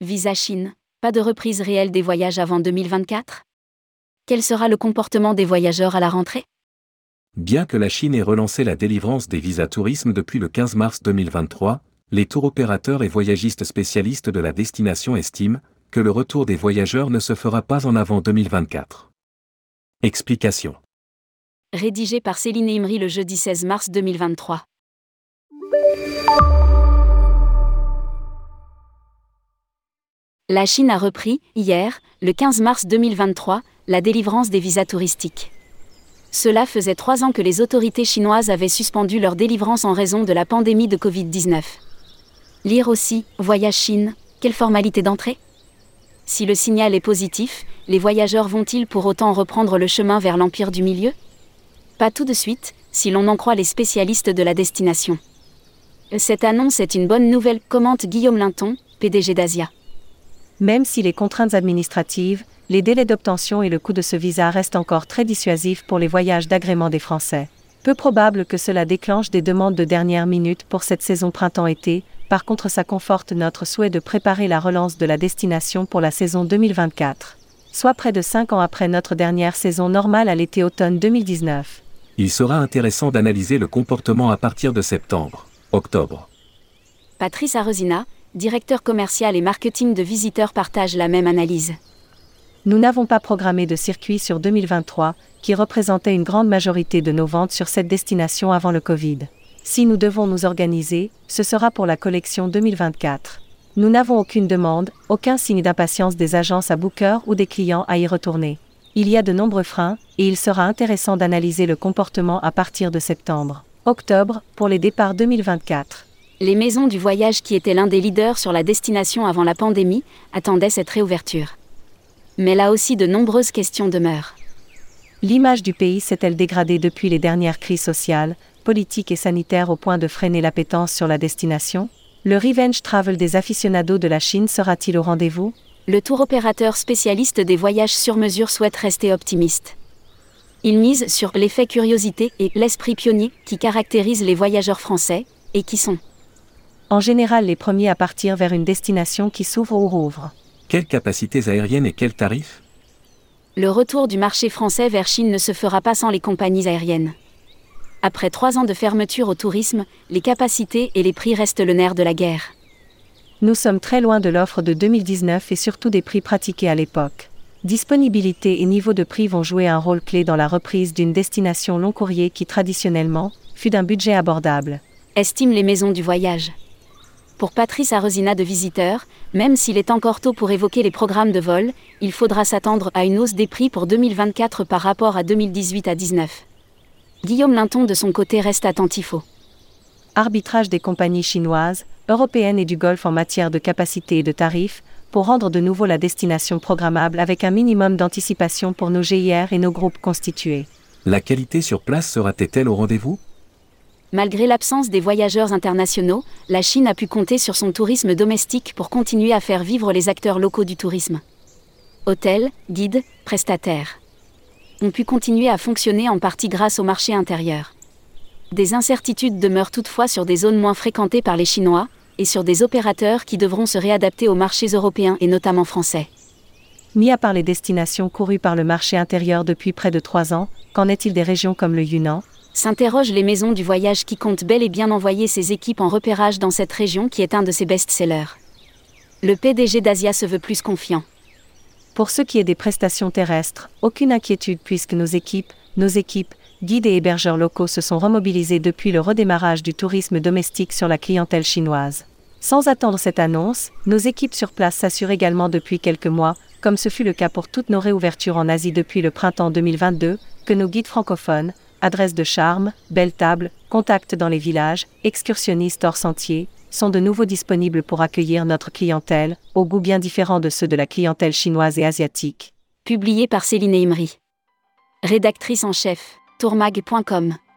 Visa Chine, pas de reprise réelle des voyages avant 2024 ? Quel sera le comportement des voyageurs à la rentrée ? Bien que la Chine ait relancé la délivrance des visas tourisme depuis le 15 mars 2023, les tour-opérateurs et voyagistes spécialistes de la destination estiment que le retour des voyageurs ne se fera pas en avant 2024. Explication. Rédigé par Céline Imri le jeudi 16 mars 2023. La Chine a repris, hier, le 15 mars 2023, la délivrance des visas touristiques. Cela faisait 3 ans que les autorités chinoises avaient suspendu leur délivrance en raison de la pandémie de Covid-19. Lire aussi, Voyage Chine, quelle formalité d'entrée ? Si le signal est positif, les voyageurs vont-ils pour autant reprendre le chemin vers l'Empire du Milieu ? Pas tout de suite, si l'on en croit les spécialistes de la destination. Cette annonce est une bonne nouvelle, commente Guillaume Linton, PDG d'Asia. Même si les contraintes administratives, les délais d'obtention et le coût de ce visa restent encore très dissuasifs pour les voyages d'agrément des Français. Peu probable que cela déclenche des demandes de dernière minute pour cette saison printemps-été, par contre ça conforte notre souhait de préparer la relance de la destination pour la saison 2024. Soit près de 5 ans après notre dernière saison normale à l'été-automne 2019. Il sera intéressant d'analyser le comportement à partir de septembre, octobre. Patrice Arezina, directeur commercial et marketing de Visiteurs, partage la même analyse. Nous n'avons pas programmé de circuit sur 2023, qui représentait une grande majorité de nos ventes sur cette destination avant le Covid. Si nous devons nous organiser, ce sera pour la collection 2024. Nous n'avons aucune demande, aucun signe d'impatience des agences à Booker ou des clients à y retourner. Il y a de nombreux freins, et il sera intéressant d'analyser le comportement à partir de septembre, octobre, pour les départs 2024. Les maisons du voyage qui étaient l'un des leaders sur la destination avant la pandémie, attendaient cette réouverture. Mais là aussi de nombreuses questions demeurent. L'image du pays s'est-elle dégradée depuis les dernières crises sociales, politiques et sanitaires au point de freiner l'appétence sur la destination ? Le revenge travel des aficionados de la Chine sera-t-il au rendez-vous ? Le tour-opérateur spécialiste des voyages sur mesure souhaite rester optimiste. Il mise sur l'effet curiosité et l'esprit pionnier qui caractérisent les voyageurs français, et qui sont en général les premiers à partir vers une destination qui s'ouvre ou rouvre. Quelles capacités aériennes et quels tarifs ? Le retour du marché français vers Chine ne se fera pas sans les compagnies aériennes. Après 3 ans de fermeture au tourisme, les capacités et les prix restent le nerf de la guerre. Nous sommes très loin de l'offre de 2019 et surtout des prix pratiqués à l'époque. Disponibilité et niveau de prix vont jouer un rôle clé dans la reprise d'une destination long courrier qui traditionnellement fut d'un budget abordable. Estiment les maisons du voyage. Pour Patrice Arezina de Visiteurs, même s'il est encore tôt pour évoquer les programmes de vol, il faudra s'attendre à une hausse des prix pour 2024 par rapport à 2018 à 19. Guillaume Linton de son côté reste attentif au arbitrage des compagnies chinoises, européennes et du Golfe en matière de capacité et de tarifs, pour rendre de nouveau la destination programmable avec un minimum d'anticipation pour nos GIR et nos groupes constitués. La qualité sur place sera-t-elle au rendez-vous ? Malgré l'absence des voyageurs internationaux, la Chine a pu compter sur son tourisme domestique pour continuer à faire vivre les acteurs locaux du tourisme. Hôtels, guides, prestataires ont pu continuer à fonctionner en partie grâce au marché intérieur. Des incertitudes demeurent toutefois sur des zones moins fréquentées par les Chinois, et sur des opérateurs qui devront se réadapter aux marchés européens et notamment français. Mis à part les destinations courues par le marché intérieur depuis près de 3 ans, qu'en est-il des régions comme le Yunnan ? S'interrogent les maisons du voyage qui comptent bel et bien envoyer ses équipes en repérage dans cette région qui est un de ses best-sellers. Le PDG d'Asia se veut plus confiant. Pour ce qui est des prestations terrestres, aucune inquiétude puisque nos équipes, guides et hébergeurs locaux se sont remobilisés depuis le redémarrage du tourisme domestique sur la clientèle chinoise. Sans attendre cette annonce, nos équipes sur place s'assurent également depuis quelques mois, comme ce fut le cas pour toutes nos réouvertures en Asie depuis le printemps 2022, que nos guides francophones, adresses de charme, belles tables, contacts dans les villages, excursionnistes hors sentier, sont de nouveau disponibles pour accueillir notre clientèle, au goût bien différent de ceux de la clientèle chinoise et asiatique. Publié par Céline Imri. Rédactrice en chef, tourmag.com.